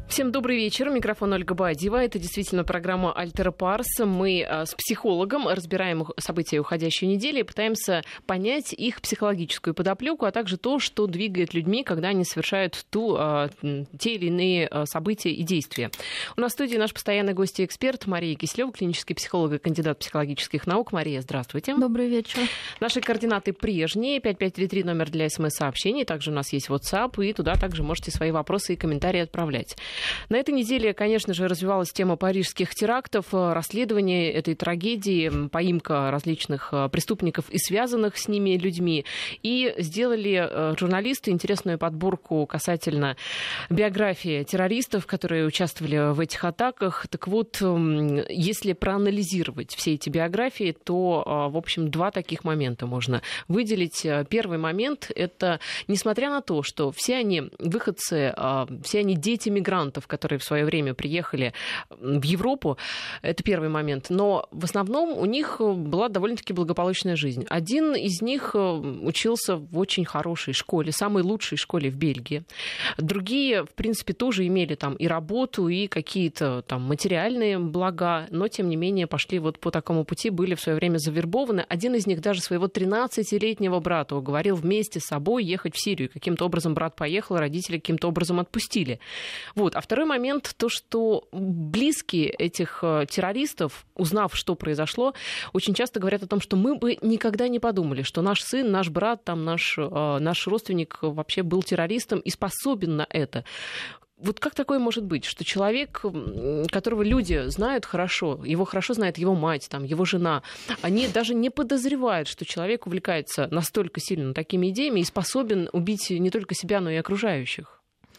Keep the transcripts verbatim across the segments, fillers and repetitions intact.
Всем добрый вечер. Микрофон Ольга Бадьева. Это действительно программа «Альтера Парс». Мы с психологом разбираем события уходящей недели и пытаемся понять их психологическую подоплеку, а также то, что двигает людьми, когда они совершают ту, те или иные события и действия. У нас в студии наш постоянный гость и эксперт Мария Киселева, клинический психолог и кандидат психологических наук. Мария, здравствуйте. Добрый вечер. Наши координаты прежние. пять пять три три номер для смс-сообщений. Также у нас есть WhatsApp, и туда также можете свои вопросы и комментарии отправлять. На этой неделе, конечно же, развивалась тема парижских терактов, расследование этой трагедии, поимка различных преступников и связанных с ними людьми. И сделали журналисты интересную подборку касательно биографии террористов, которые участвовали в этих атаках. Так вот, если проанализировать все эти биографии, то, в общем, два таких момента можно выделить. Первый момент — это, несмотря на то, что все они выходцы, все они дети мигрантов, которые в свое время приехали в Европу, это первый момент, но в основном у них была довольно-таки благополучная жизнь. Один из них учился в очень хорошей школе, самой лучшей школе в Бельгии. Другие, в принципе, тоже имели там и работу, и какие-то там материальные блага, но, тем не менее, пошли вот по такому пути, были в свое время завербованы. Один из них даже своего тринадцатилетнего брата уговорил вместе с собой ехать в Сирию. Каким-то образом брат поехал, родители каким-то образом отпустили. Вот. А второй момент, то, что близкие этих террористов, узнав, что произошло, очень часто говорят о том, что мы бы никогда не подумали, что наш сын, наш брат, там, наш, наш родственник вообще был террористом и способен на это. Вот как такое может быть, что человек, которого люди знают хорошо, его хорошо знает его мать, там, его жена, они даже не подозревают, что человек увлекается настолько сильно такими идеями и способен убить не только себя, но и окружающих?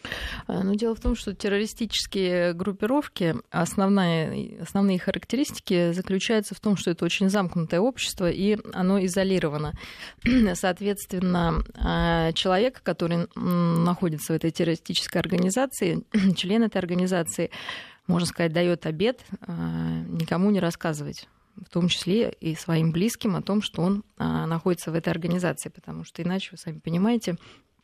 Но дело в том, что террористические группировки, основная, основные характеристики заключаются в том, что это очень замкнутое общество, и оно изолировано. Соответственно, человек, который находится в этой террористической организации, член этой организации, можно сказать, дает обет никому не рассказывать, в том числе и своим близким, о том, что он находится в этой организации, потому что иначе, вы сами понимаете,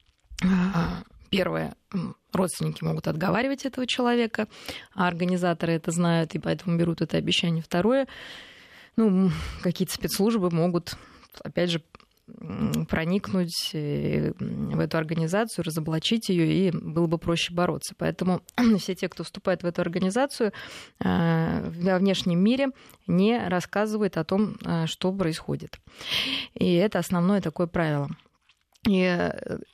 первое, родственники могут отговаривать этого человека, а организаторы это знают и поэтому берут это обещание. Второе, ну, какие-то спецслужбы могут, опять же, проникнуть в эту организацию, разоблачить ее, и было бы проще бороться. Поэтому все те, кто вступает в эту организацию, во внешнем мире не рассказывают о том, что происходит. И это основное такое правило. И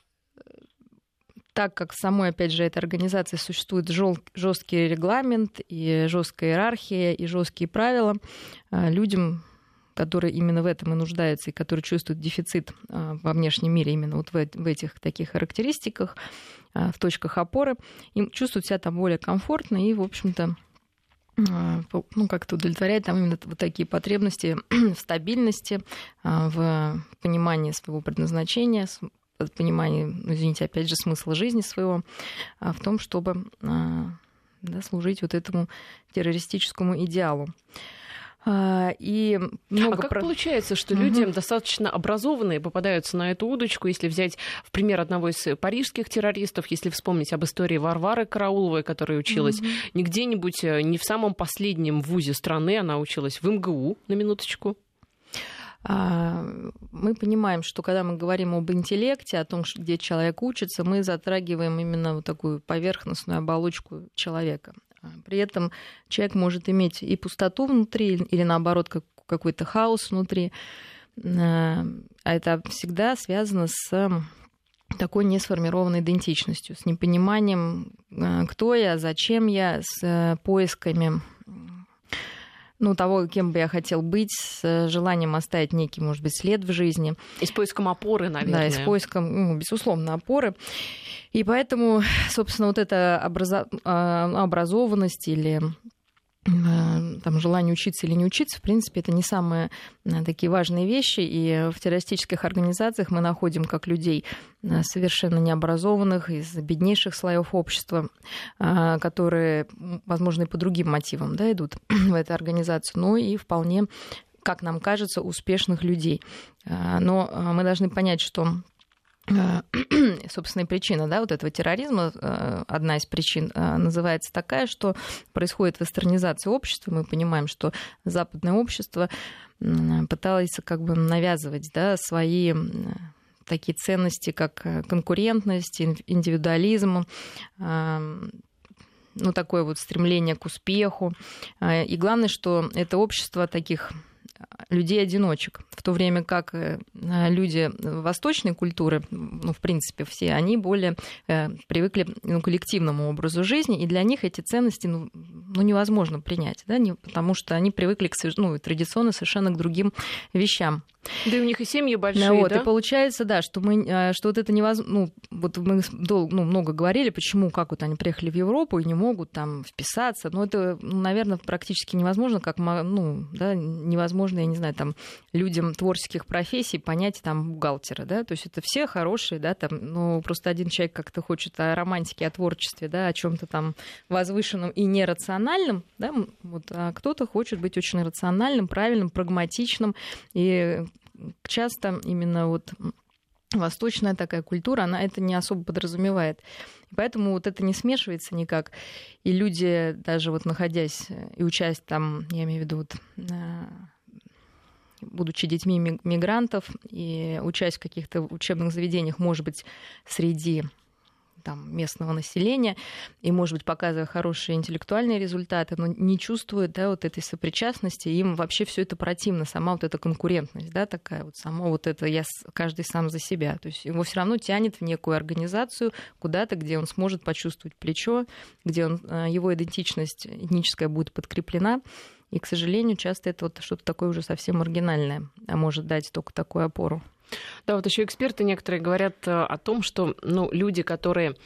так как в самой, опять же, этой организации существует жесткий регламент, и жесткая иерархия, и жесткие правила, людям, которые именно в этом и нуждаются, и которые чувствуют дефицит во внешнем мире именно вот в этих таких характеристиках, в точках опоры, им чувствуют себя там более комфортно и, в общем-то, ну, как-то удовлетворяет там именно вот такие потребности в стабильности, в понимании своего предназначения, понимание, извините, опять же, смысла жизни своего, в том, чтобы, да, служить вот этому террористическому идеалу. И много а как про... получается, что люди угу. достаточно образованные попадаются на эту удочку, если взять в пример одного из парижских террористов, если вспомнить об истории Варвары Карауловой, которая училась угу. не где-нибудь, не в самом последнем вузе страны, она училась в эм гэ у, на минуточку. Мы понимаем, что когда мы говорим об интеллекте, о том, где человек учится, мы затрагиваем именно вот такую поверхностную оболочку человека. При этом человек может иметь и пустоту внутри, или наоборот какой-то хаос внутри. А это всегда связано с такой несформированной идентичностью, с непониманием, кто я, зачем я, с поисками, ну, того, кем бы я хотел быть, с желанием оставить некий, может быть, след в жизни. И с поиском опоры, наверное. Да, и с поиском, ну, безусловно, опоры. И поэтому, собственно, вот эта образо... образованность или там, желание учиться или не учиться, в принципе, это не самые такие важные вещи. И в террористических организациях мы находим как людей совершенно необразованных, из беднейших слоев общества, которые, возможно, и по другим мотивам, да, идут в эту организацию, но и вполне, как нам кажется, успешных людей. Но мы должны понять, что собственная причина, да, вот этого терроризма, одна из причин называется такая, что происходит вестернизация общества. Мы понимаем, что западное общество пыталось как бы навязывать, да, свои такие ценности, как конкурентность, индивидуализм, ну, такое вот стремление к успеху. И главное, что это общество таких людей-одиночек, в то время как люди восточной культуры, ну, в принципе, все, они более э, привыкли ну, к коллективному образу жизни, и для них эти ценности ну, ну, невозможно принять, да, не, потому что они привыкли к, ну, традиционно совершенно к другим вещам. Да и у них и семьи большие, ну, вот, да? И получается, да, что, мы, что вот это невозможно... Ну, вот мы долго, ну, много говорили, почему, как вот они приехали в Европу и не могут там вписаться. Но это, ну, наверное, практически невозможно, как, ну, да, невозможно, я не знаю, там, людям творческих профессий понять там бухгалтера, да, то есть это все хорошие, да, там, ну, просто один человек как-то хочет о романтике, о творчестве, да, о чем-то там возвышенном и нерациональном, да, вот, а кто-то хочет быть очень рациональным, правильным, прагматичным, и часто именно вот восточная такая культура, она это не особо подразумевает. Поэтому вот это не смешивается никак. И люди, даже вот находясь и учась там, я имею в виду, вот, будучи детьми мигрантов и учась в каких-то учебных заведениях, может быть, среди там, местного населения, и, может быть, показывая хорошие интеллектуальные результаты, но не чувствуют, да, вот этой сопричастности, им вообще все это противно, сама вот эта конкурентность, да, такая вот, само вот это я, каждый сам за себя. То есть его все равно тянет в некую организацию куда-то, где он сможет почувствовать плечо, где он, его идентичность этническая будет подкреплена. И, к сожалению, часто это вот что-то такое уже совсем маргинальное, а может дать только такую опору. Да, вот еще эксперты некоторые говорят о том, что ну, люди, которые,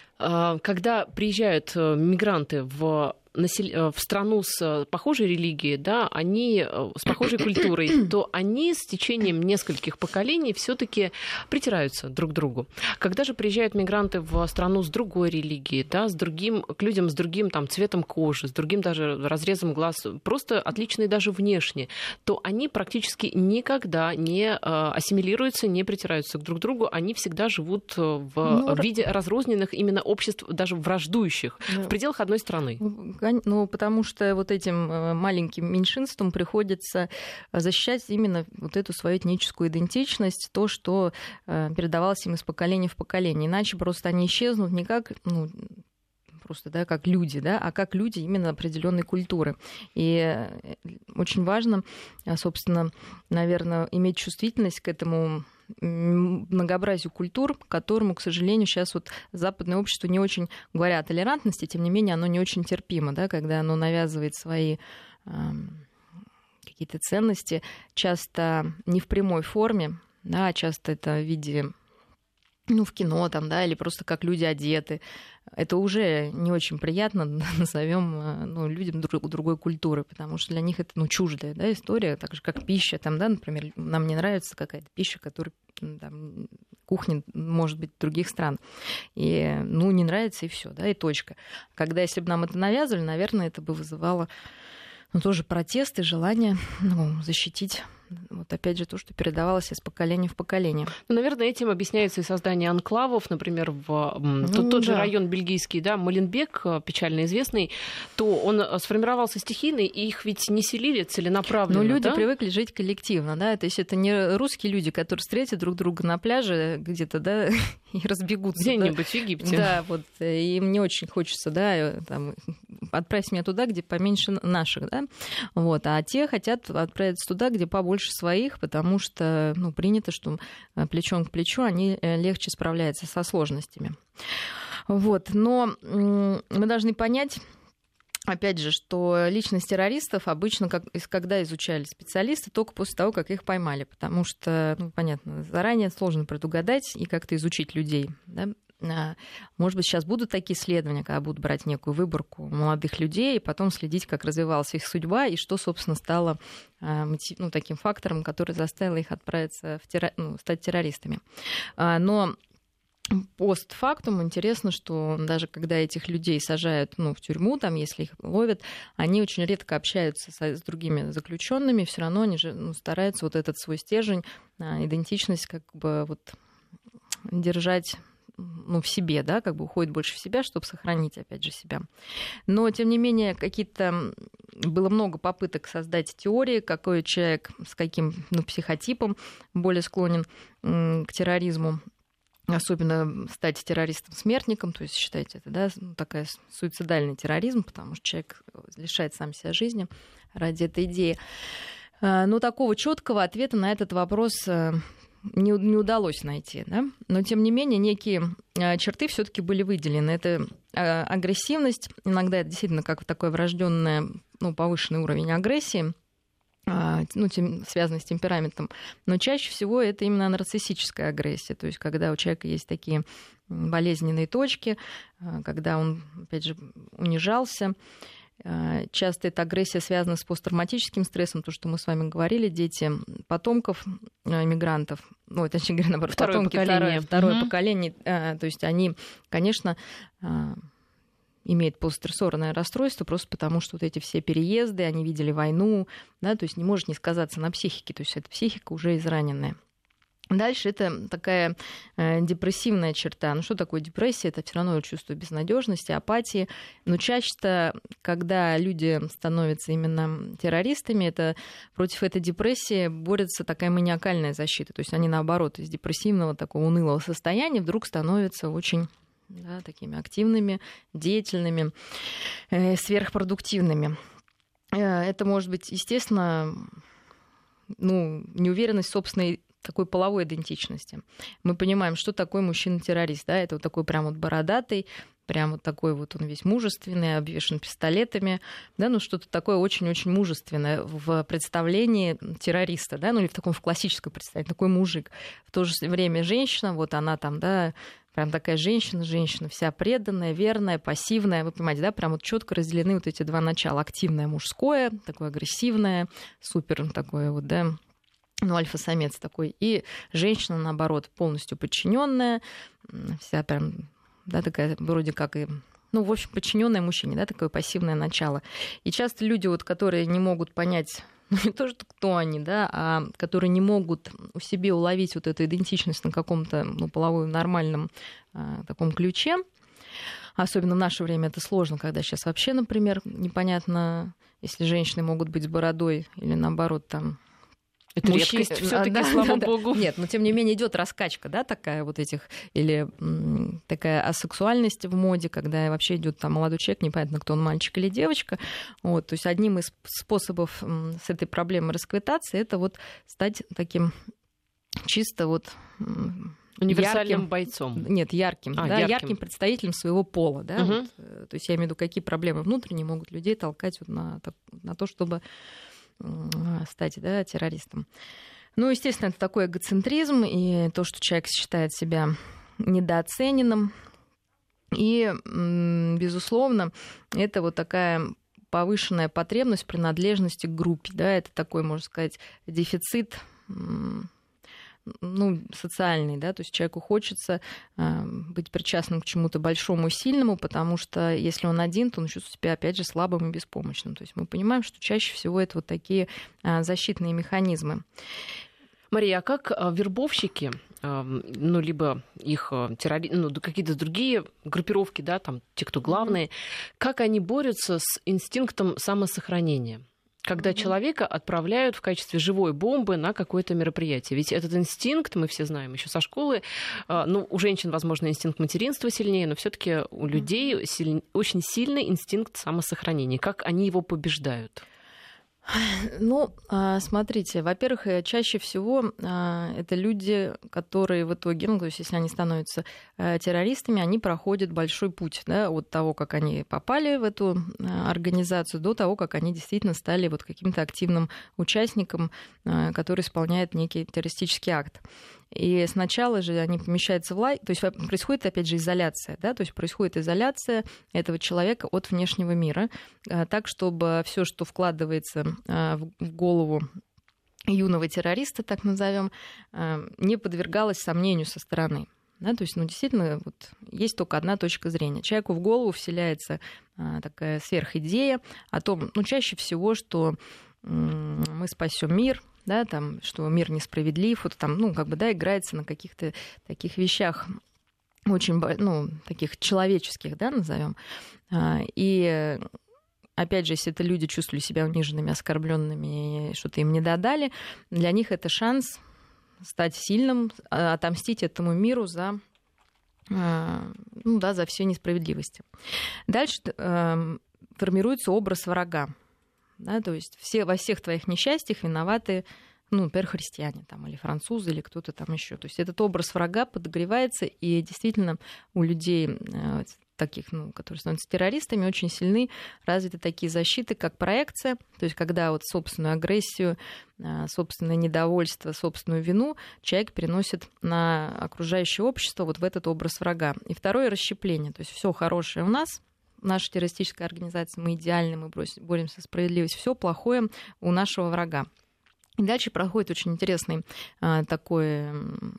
когда приезжают мигранты в в страну с похожей религией, да, они с похожей культурой, то они с течением нескольких поколений все-таки притираются друг к другу. Когда же приезжают мигранты в страну с другой религией, да, с другим, к людям с другим там, цветом кожи, с другим даже разрезом глаз, просто отличные даже внешне, то они практически никогда не ассимилируются, не притираются друг к другу, они всегда живут в ну, виде разрозненных именно обществ, даже враждующих, ну, в пределах одной страны. Ну, потому что вот этим маленьким меньшинствам приходится защищать именно вот эту свою этническую идентичность, то, что передавалось им из поколения в поколение. Иначе просто они исчезнут не как, ну, просто, да, как люди, да, а как люди именно определенной культуры. И очень важно, собственно, наверное, иметь чувствительность к этому многообразию культур, к которому, к сожалению, сейчас вот западное общество не очень, говоря о толерантности, тем не менее, оно не очень терпимо, да, когда оно навязывает свои э, какие-то ценности, часто не в прямой форме, да, часто это в виде, ну, в кино там, да, или просто как люди одеты. Это уже не очень приятно, назовем, ну, людям друг, другой культуры, потому что для них это, ну, чуждая, да, история, так же, как пища, там, да, например, нам не нравится какая-то пища, которая, там, кухня, может быть, других стран. И, ну, не нравится, и все, да, и точка. Когда, если бы нам это навязывали, наверное, это бы вызывало, ну, тоже протест и желание, ну, защитить. Вот опять же то, что передавалось из поколения в поколение. Ну, наверное, этим объясняется и создание анклавов, например, в ну, тот, тот да. же район бельгийский, да, Моленбек, печально известный, то он сформировался стихийно, и их ведь не селили целенаправленно. Но люди да? привыкли жить коллективно, да, то есть это не русские люди, которые встретят друг друга на пляже где-то, да, и разбегутся. Где-нибудь да. в Египте. Да, вот, и им не очень хочется, да, там, отправить меня туда, где поменьше наших, да, вот, а те хотят отправиться туда, где побольше своих, потому что, ну, принято, что плечом к плечу они легче справляются со сложностями. Вот. Но мы должны понять, опять же, что личность террористов обычно, как, когда изучали специалисты, только после того, как их поймали, потому что, ну, понятно, заранее сложно предугадать и как-то изучить людей, да? Может быть, сейчас будут такие исследования, когда будут брать некую выборку молодых людей и потом следить, как развивалась их судьба и что, собственно, стало, ну, таким фактором, который заставил их отправиться в террор... ну, стать террористами. Но постфактум интересно, что даже когда этих людей сажают, ну, в тюрьму, там, если их ловят, они очень редко общаются с, с другими заключенными, все равно они же, ну, стараются вот этот свой стержень, идентичность как бы вот держать, ну, в себе, да, как бы уходит больше в себя, чтобы сохранить, опять же, себя. Но, тем не менее, какие-то... Было много попыток создать теории, какой человек с каким, ну, психотипом более склонен к терроризму, особенно стать террористом-смертником, то есть, считайте, это, да, такая суицидальный терроризм, потому что человек лишает сам себя жизни ради этой идеи. Но такого четкого ответа на этот вопрос не, не удалось найти, да? Но, тем не менее, некие черты все-таки были выделены. Это агрессивность, иногда это действительно как такой врожденный, ну, повышенный уровень агрессии, ну, тем, связанный с темпераментом, но чаще всего это именно нарциссическая агрессия, то есть когда у человека есть такие болезненные точки, когда он, опять же, унижался. Часто эта агрессия связана с посттравматическим стрессом, то, что мы с вами говорили, дети потомков мигрантов, ну, точнее говоря, наоборот, второе потомки, поколение, второе, второе угу. поколение, то есть они, конечно, имеет постстрессорное расстройство просто потому, что вот эти все переезды, они видели войну, да, то есть не может не сказаться на психике, то есть эта психика уже израненная. Дальше это такая э, депрессивная черта. Ну что такое депрессия? Это все равно чувство безнадежности, апатии. Но чаще, когда люди становятся именно террористами, это против этой депрессии борется такая маниакальная защита. То есть они, наоборот, из депрессивного такого унылого состояния вдруг становятся очень, да, такими активными, деятельными, э, сверхпродуктивными. Э, это может быть, естественно, ну, неуверенность в собственной такой половой идентичности. Мы понимаем, что такое мужчина-террорист. Да? Это вот такой прям вот бородатый, прям вот такой вот он весь мужественный, обвешан пистолетами, да, ну что-то такое очень-очень мужественное в представлении террориста, да, ну или в таком в классическом представлении, такой мужик. В то же время женщина, вот она там, да, прям такая женщина, женщина вся преданная, верная, пассивная, вы понимаете, да, прям вот четко разделены вот эти два начала. Активное мужское, такое агрессивное, супер такое вот, да, ну, альфа-самец такой, и женщина, наоборот, полностью подчиненная, вся прям, да, такая вроде как и, ну, в общем, подчиненная мужчине, да, такое пассивное начало. И часто люди, вот, которые не могут понять, ну, не то, что кто они, да, а которые не могут у себе уловить вот эту идентичность на каком-то, ну, половом нормальном а, таком ключе, особенно в наше время это сложно, когда сейчас вообще, например, непонятно, если женщины могут быть с бородой или, наоборот, там, это Мужчин... редкость всё-таки, да, слава да, богу. Нет, но тем не менее идет раскачка, да, такая вот этих, или м, такая асексуальность в моде, когда вообще идет там молодой человек, непонятно, кто он, мальчик или девочка. Вот, то есть одним из способов м, с этой проблемой расквитаться это вот стать таким чисто вот м, универсальным ярким, бойцом. Нет, ярким, а, да, ярким. ярким представителем своего пола, да. Угу. Вот, то есть я имею в виду, какие проблемы внутренние могут людей толкать вот на, на то, чтобы стать, да, террористом. Ну, естественно, это такой эгоцентризм и то, что человек считает себя недооцененным. И, безусловно, это вот такая повышенная потребность в принадлежности к группе. Да, это такой, можно сказать, дефицит, ну, социальный, да, то есть человеку хочется э, быть причастным к чему-то большому и сильному, потому что если он один, то он чувствует себя, опять же, слабым и беспомощным. То есть мы понимаем, что чаще всего это вот такие э, защитные механизмы. Мария, а как вербовщики, ну, либо их террори... ну, какие-то другие группировки, да, там, те, кто главные, mm-hmm. как они борются с инстинктом самосохранения? Когда mm-hmm. человека отправляют в качестве живой бомбы на какое-то мероприятие. Ведь этот инстинкт, мы все знаем еще со школы, ну, у женщин, возможно, инстинкт материнства сильнее, но все-таки у людей mm-hmm. силь... очень сильный инстинкт самосохранения. Как они его побеждают? Ну, смотрите, во-первых, чаще всего это люди, которые в итоге, ну, то есть если они становятся террористами, они проходят большой путь, да, от того, как они попали в эту организацию, до того, как они действительно стали вот каким-то активным участником, который исполняет некий террористический акт. И сначала же они помещаются в лагерь, то есть происходит, опять же, изоляция, да, то есть происходит изоляция этого человека от внешнего мира, так, чтобы все, что вкладывается в голову юного террориста, так назовем, не подвергалось сомнению со стороны. Да, то есть, ну, действительно, вот, есть только одна точка зрения. Человеку в голову вселяется а, такая сверхидея о том, ну, чаще всего, что м- мы спасем мир, да, там, что мир несправедлив, вот там, ну, как бы, да, играется на каких-то таких вещах очень, ну, таких человеческих, да, назовем. И опять же, если это люди чувствовали себя униженными, оскорбленными, что-то им не додали, для них это шанс стать сильным, отомстить этому миру за, ну, да, за все несправедливости. Дальше э, формируется образ врага. Да, то есть все, во всех твоих несчастьях виноваты, ну, например, христиане там, или французы, или кто-то там еще. То есть этот образ врага подогревается, и действительно у людей, э, таких, ну, которые становятся террористами, очень сильны развиты такие защиты, как проекция, то есть когда вот собственную агрессию, собственное недовольство, собственную вину человек переносит на окружающее общество, вот в этот образ врага. И второе — расщепление, то есть все хорошее у нас, наша террористическая организация, мы идеальны, мы боремся за справедливость, все плохое у нашего врага. И дальше проходит очень интересный а, такой...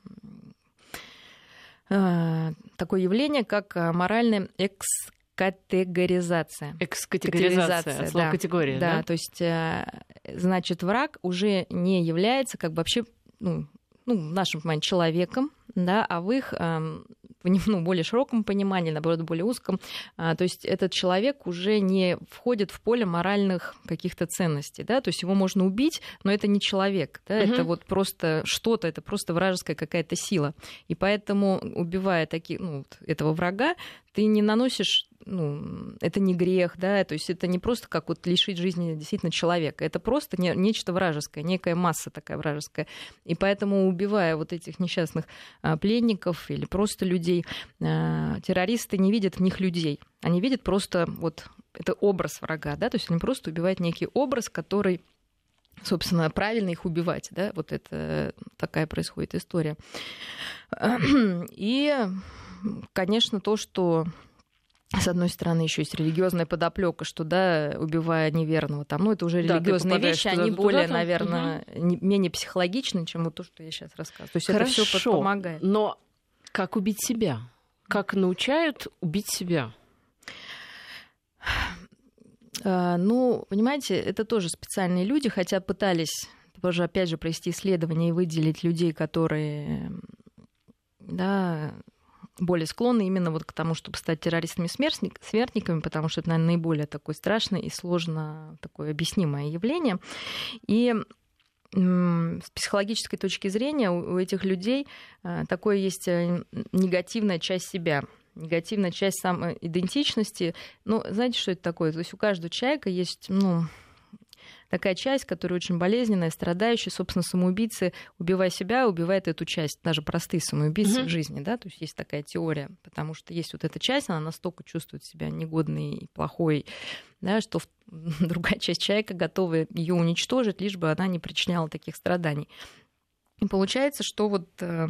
такое явление, как моральная экскатегоризация. Экскатегоризация, слово да. категория, да? Да, то есть, значит, враг уже не является как бы вообще, ну, ну, в нашем понимании, человеком, да, а в их, ну, более широком понимании, наоборот, более узком, то есть этот человек уже не входит в поле моральных каких-то ценностей, да, то есть его можно убить, но это не человек, да, угу. Это вот просто что-то, это просто вражеская какая-то сила, и поэтому, убивая такие, ну, этого врага, ты не наносишь, ну, это не грех, да, то есть это не просто как вот лишить жизни действительно человека, это просто не, нечто вражеское, некая масса такая вражеская. И поэтому, убивая вот этих несчастных а, пленников или просто людей, а, террористы не видят в них людей, они видят просто вот это образ врага, да, то есть они просто убивают некий образ, который, собственно, правильно их убивать, да, вот это такая происходит история. И, конечно, то, что с одной стороны, еще есть религиозная подоплека, что, да, убивая неверного, там, ну, это уже религиозные да, вещи, они более, туда, наверное, угу. менее психологичны, чем вот то, что я сейчас рассказываю. То есть Хорошо, это все помогает. Но как убить себя? Как научают убить себя? А, ну, понимаете, это тоже специальные люди, хотя пытались тоже, опять же, провести исследования и выделить людей, которые, да, более склонны именно вот к тому, чтобы стать террористами-смертниками, потому что это, наверное, наиболее такое страшное и сложно такое объяснимое явление. И с психологической точки зрения у этих людей такое есть негативная часть себя, негативная часть самоидентичности. Ну, знаете, что это такое? То есть у каждого человека есть, ну, такая часть, которая очень болезненная, страдающая, собственно, самоубийцы, убивая себя, убивает эту часть, даже простые самоубийцы mm-hmm. в жизни, да, то есть есть такая теория, потому что есть вот эта часть, она настолько чувствует себя негодной и плохой, да, что другая часть человека готова ее уничтожить, лишь бы она не причиняла таких страданий. И получается, что вот э,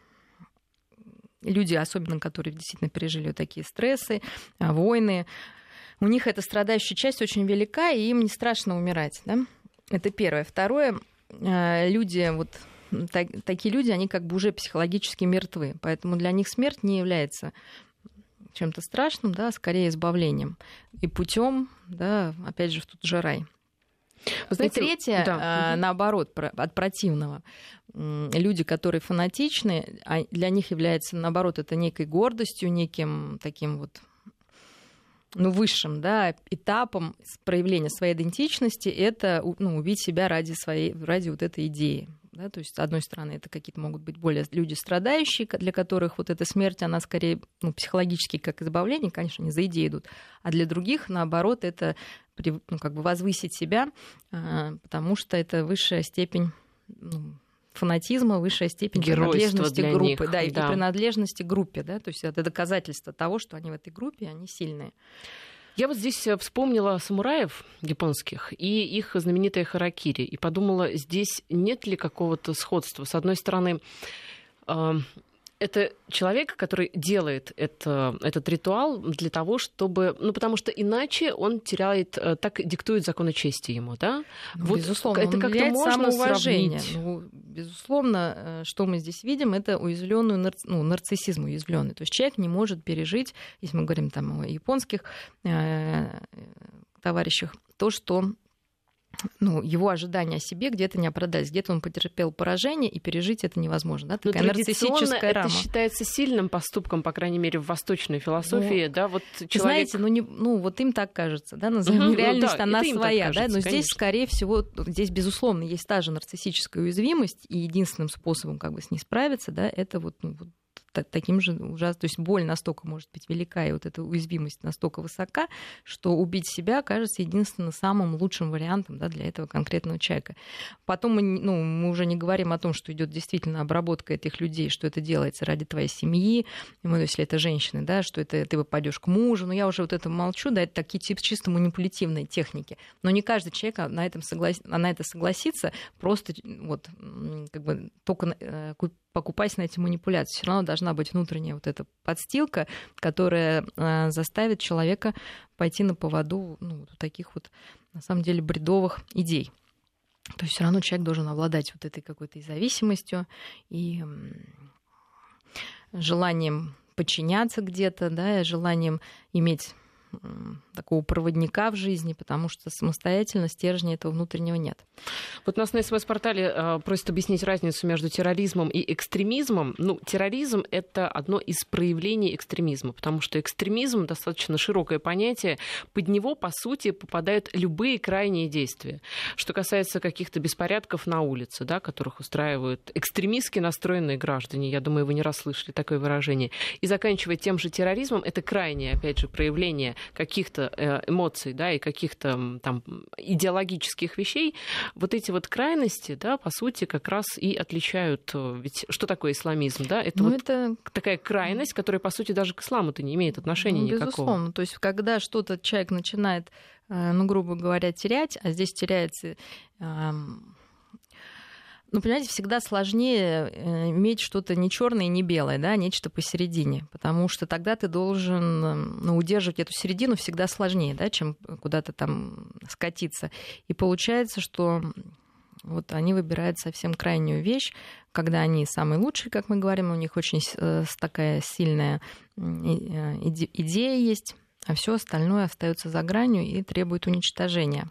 люди, особенно которые действительно пережили вот такие стрессы, войны, у них эта страдающая часть очень велика, и им не страшно умирать. Да? Это первое. Второе, люди, вот так, такие люди, они как бы уже психологически мертвы, поэтому для них смерть не является чем-то страшным, да, скорее избавлением. И путем, да, опять же, в тот же рай. Вы знаете, и третье, да. наоборот, от противного. Люди, которые фанатичны, для них является, наоборот, это некой гордостью, неким таким вот, ну, высшим, да, этапом проявления своей идентичности — это, ну, убить себя ради своей, ради вот этой идеи. Да? То есть, с одной стороны, это какие-то могут быть более люди страдающие, для которых вот эта смерть, она скорее, ну, психологически как избавление, конечно, они за идеей идут, а для других, наоборот, это, ну, как бы возвысить себя, потому что это высшая степень, ну, фанатизма, высшая степень геройства принадлежности группы, них, да, и да. принадлежности группе, да, то есть это доказательство того, что они в этой группе, они сильные. Я вот здесь вспомнила самураев японских и их знаменитое харакири, и подумала, здесь нет ли какого-то сходства. С одной стороны, это человек, который делает это, этот ритуал для того, чтобы... Ну, потому что иначе он теряет... Так диктует законы чести ему, да? Ну, вот безусловно, это как-то можно сравнить. Ну, безусловно, что мы здесь видим, это уязвленную нар... ну, нарциссизм уязвленный. То есть человек не может пережить, если мы говорим там о японских э, товарищах, то, что ну, его ожидания о себе где-то не оправдались, где-то он потерпел поражение, и пережить это невозможно. Да? Такая нарциссическая это рама. считается сильным поступком, по крайней мере, в восточной философии. Ну, да? Вот человек... Знаете, ну, не, ну вот им так кажется, да? Назовем, угу, реальность, ну, да, она своя. Да? Но кажется, здесь, конечно. Скорее всего, здесь, безусловно, есть та же нарциссическая уязвимость, и единственным способом как бы с ней справиться, да, это вот, ну, вот таким же ужасным, то есть боль настолько может быть велика, и вот эта уязвимость настолько высока, что убить себя кажется единственно самым лучшим вариантом, да, для этого конкретного человека. Потом мы, ну, мы уже не говорим о том, что идет действительно обработка этих людей, что это делается ради твоей семьи, ну, если это женщины, да, что это ты попадешь к мужу, но я уже вот это молчу, да, это такие чисто манипулятивные техники. Но не каждый человек на, этом соглас... на это согласится, просто вот как бы только покупаясь на эти манипуляции. Все равно должна быть внутренняя вот эта подстилка, которая э, заставит человека пойти на поводу, ну, вот таких вот, на самом деле, бредовых идей. То есть все равно человек должен обладать вот этой какой-то и зависимостью, и э, желанием подчиняться где-то, да, и желанием иметь такого проводника в жизни, потому что самостоятельно стержня этого внутреннего нет. Вот нас на СМС-портале э, просят объяснить разницу между терроризмом и экстремизмом. Ну, терроризм — это одно из проявлений экстремизма, потому что экстремизм — достаточно широкое понятие. Под него, по сути, попадают любые крайние действия. Что касается каких-то беспорядков на улице, да, которых устраивают экстремистски настроенные граждане, я думаю, вы не раз слышали такое выражение, и заканчивая тем же терроризмом, это крайнее, опять же, проявление каких-то эмоций, да, и каких-то там идеологических вещей, вот эти вот крайности, да, по сути, как раз и отличают. Ведь что такое исламизм, да? Это ну, вот это... такая крайность, которая, по сути, даже к исламу-то не имеет отношения ну, никакого. Безусловно. То есть, когда что-то человек начинает, ну, грубо говоря, терять, а здесь теряется... Ну, понимаете, всегда сложнее иметь что-то не черное и не белое, да, нечто посередине, потому что тогда ты должен, ну, удерживать эту середину всегда сложнее, да, чем куда-то там скатиться. И получается, что вот они выбирают совсем крайнюю вещь, когда они самые лучшие, как мы говорим, у них очень такая сильная идея есть, а все остальное остается за гранью и требует уничтожения.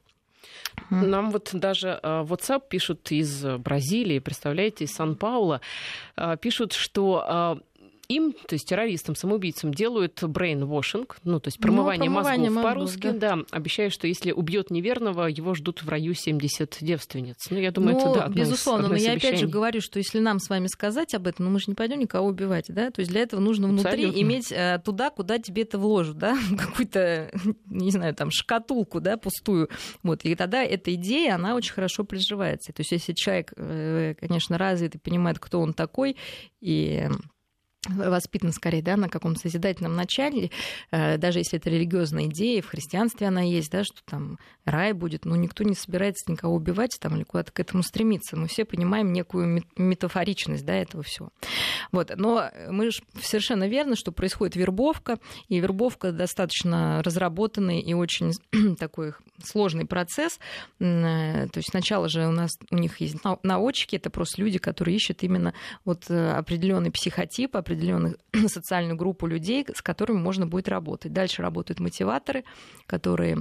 Нам вот даже WhatsApp пишут из Бразилии, представляете, из Сан-Пауло, пишут, что им, то есть террористам, самоубийцам, делают brainwashing, ну, то есть промывание, ну, промывание мозгов, мозгов по-русски, да. да, обещая, что если убьет неверного, его ждут в раю семьдесят девственниц. Ну, я думаю, ну, это, да, одно безусловно, из, но я опять же говорю, что если нам с вами сказать об этом, ну, мы же не пойдем никого убивать, да, то есть для этого нужно внутри Абсолютно. иметь а, туда, куда тебе это вложат, да, какую-то, не знаю, там, шкатулку, да, пустую, вот, и тогда эта идея, она очень хорошо приживается. То есть если человек, конечно, развитый, понимает, кто он такой, и воспитан скорее, да, на каком-то созидательном начале, даже если это религиозная идея, в христианстве она есть, да, что там рай будет, но никто не собирается никого убивать там, или куда-то к этому стремиться. Мы все понимаем некую метафоричность, да, этого всего. Вот. Но мы же совершенно верно, что происходит вербовка, и вербовка достаточно разработанный и очень такой сложный процесс. То есть сначала же у нас у них есть научки, это просто люди, которые ищут именно вот определенный психотип, определенный определенную социальную группу людей, с которыми можно будет работать. Дальше работают мотиваторы, которые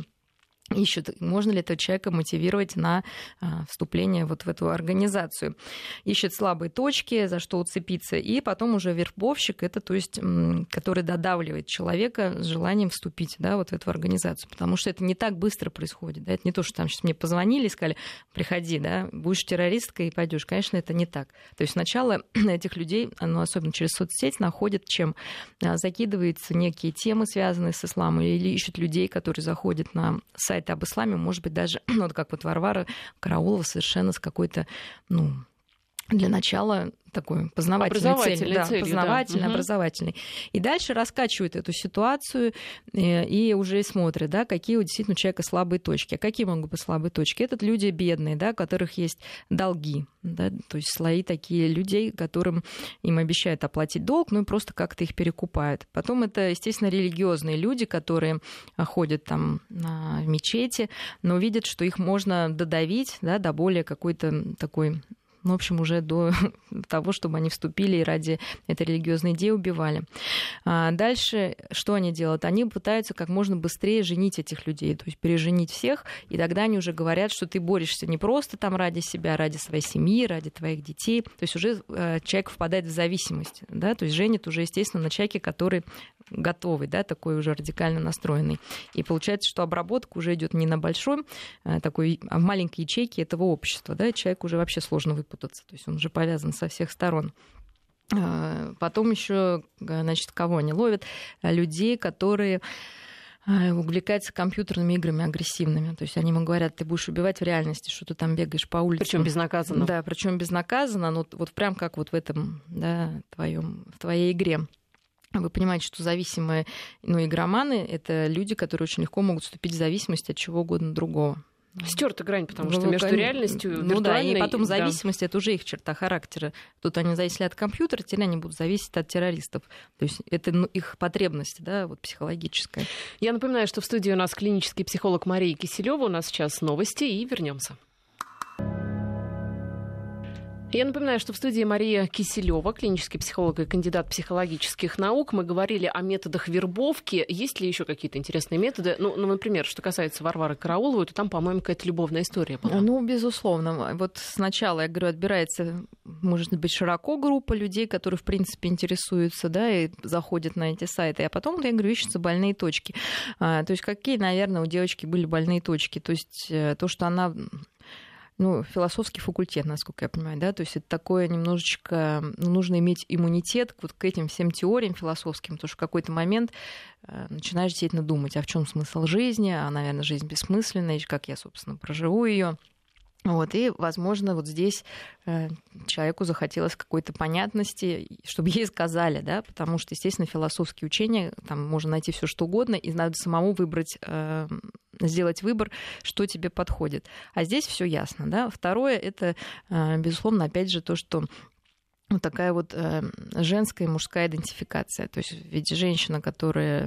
ищут, можно ли этого человека мотивировать на а, вступление вот в эту организацию. Ищет слабые точки, за что уцепиться, и потом уже вербовщик, это, то есть, м, который додавливает человека с желанием вступить, да, вот в эту организацию, потому что это не так быстро происходит, да, это не то, что там сейчас мне позвонили и сказали, приходи, да, будешь террористкой и пойдешь. Конечно, это не так. То есть сначала этих людей, ну, особенно через соцсеть, находят чем? Закидываются некие темы, связанные с исламом, или ищут людей, которые заходят на сайт об исламе, может быть, даже, ну, вот как вот Варвара Караулова, совершенно с какой-то, ну, для начала такой познавательной целью, да, целью, познавательной, да. образовательной. И дальше раскачивают эту ситуацию и, и уже смотрят, да, какие у действительно у человека слабые точки. А какие могут быть слабые точки? Это люди бедные, да, у которых есть долги, да, то есть слои такие людей, которым им обещают оплатить долг, ну и просто как-то их перекупают. Потом это, естественно, религиозные люди, которые ходят там в мечети, но видят, что их можно додавить, да, до более какой-то такой ну, в общем, уже до того, чтобы они вступили и ради этой религиозной идеи убивали. А дальше что они делают? Они пытаются как можно быстрее женить этих людей, то есть переженить всех, и тогда они уже говорят, что ты борешься не просто там ради себя, ради своей семьи, ради твоих детей. То есть уже человек впадает в зависимость, да, то есть женит уже, естественно, на человеке, который готовый, да, такой уже радикально настроенный. И получается, что обработка уже идет не на большом, такой, а в маленькой ячейке этого общества, да, и человеку уже вообще сложно выпутаться, то есть он уже повязан со всех сторон. Потом еще, значит, кого они ловят? Людей, которые увлекаются компьютерными играми агрессивными. То есть они ему говорят, ты будешь убивать в реальности, что ты там бегаешь по улице. Причем безнаказанно. Да, причем безнаказанно, но вот прям как вот в этом, да, твоем, в твоей игре. Вы понимаете, что зависимые, ну, игроманы — это люди, которые очень легко могут вступить в зависимость от чего угодно другого. Стёрта грань, потому что ну, между кон... реальностью виртуальной... Ну да, и потом да. зависимость — это уже их черта характера. Тут они зависели от компьютера, теперь они будут зависеть от террористов. То есть это ну, их потребность, да, вот психологическая. Я напоминаю, что в студии у нас клинический психолог Мария Киселёва. У нас сейчас новости, и вернемся. Я напоминаю, что в студии Мария Киселёва, клинический психолог и кандидат психологических наук. Мы говорили о методах вербовки. Есть ли еще какие-то интересные методы? Ну, ну, например, что касается Варвары Карауловой, то там, по-моему, какая-то любовная история была. Ну, безусловно. Вот сначала, я говорю, отбирается, может быть, широко группа людей, которые, в принципе, интересуются, да, и заходят на эти сайты. А потом, я говорю, ищутся больные точки. А, то есть какие, наверное, у девочки были больные точки? То есть то, что она... Ну, философский факультет, насколько я понимаю, да, то есть это такое немножечко, ну, нужно иметь иммунитет вот к этим всем теориям философским, потому что в какой-то момент э, начинаешь действительно думать, а в чем смысл жизни, а, наверное, жизнь бессмысленная, как я, собственно, проживу ее. Вот, и, возможно, вот здесь э, человеку захотелось какой-то понятности, чтобы ей сказали, да, потому что, естественно, философские учения, там можно найти все что угодно, и надо самому выбрать, э, сделать выбор, что тебе подходит. А здесь все ясно, да. Второе, это, э, безусловно, опять же, то, что вот такая вот э, женская и мужская идентификация. То есть ведь женщина, которая...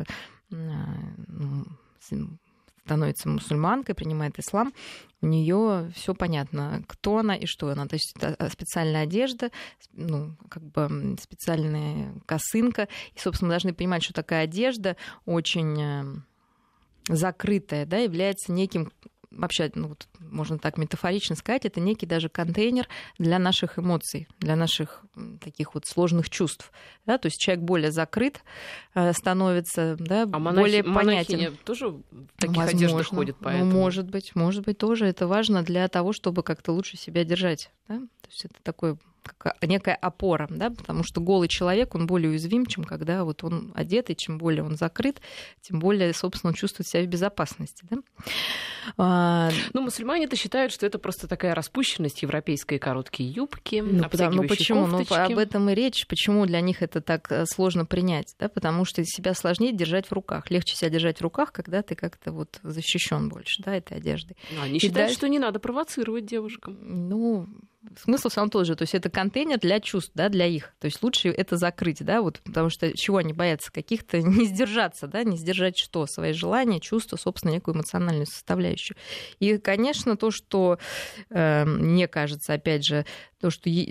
Э, становится мусульманкой, принимает ислам, у нее все понятно, кто она и что она. То есть специальная одежда, ну, как бы специальная косынка. И, собственно, мы должны понимать, что такая одежда очень закрытая, да, является неким... Вообще, ну, вот, можно так метафорично сказать, это некий даже контейнер для наших эмоций, для наших таких вот сложных чувств. Да? То есть человек более закрыт становится, да, а более монахи, понятен. Монахини тоже в таких Возможно. одеждах ходят, поэтому... Ну, может быть, может быть, тоже это важно для того, чтобы как-то лучше себя держать. Да? То есть это такой... некая опора, да, потому что голый человек, он более уязвим, чем когда вот он одет, и чем более он закрыт, тем более, собственно, он чувствует себя в безопасности. Да? А... Ну, мусульмане-то считают, что это просто такая распущенность, европейские короткие юбки, ну, обтягивающие ну, почему? кофточки. Ну, об этом и речь. Почему для них это так сложно принять? Да? Потому что себя сложнее держать в руках. Легче себя держать в руках, когда ты как-то вот защищен больше, да, этой одеждой. Ну, они и считают, дальше... что не надо провоцировать девушкам. Ну... Смысл сам тот же, то есть это контейнер для чувств, да, для их, то есть лучше это закрыть, да, вот, потому что чего они боятся, каких-то не сдержаться, да, не сдержать что, свои желания, чувства, собственно, некую эмоциональную составляющую. И, конечно, то, что э, мне кажется, опять же, то, что е...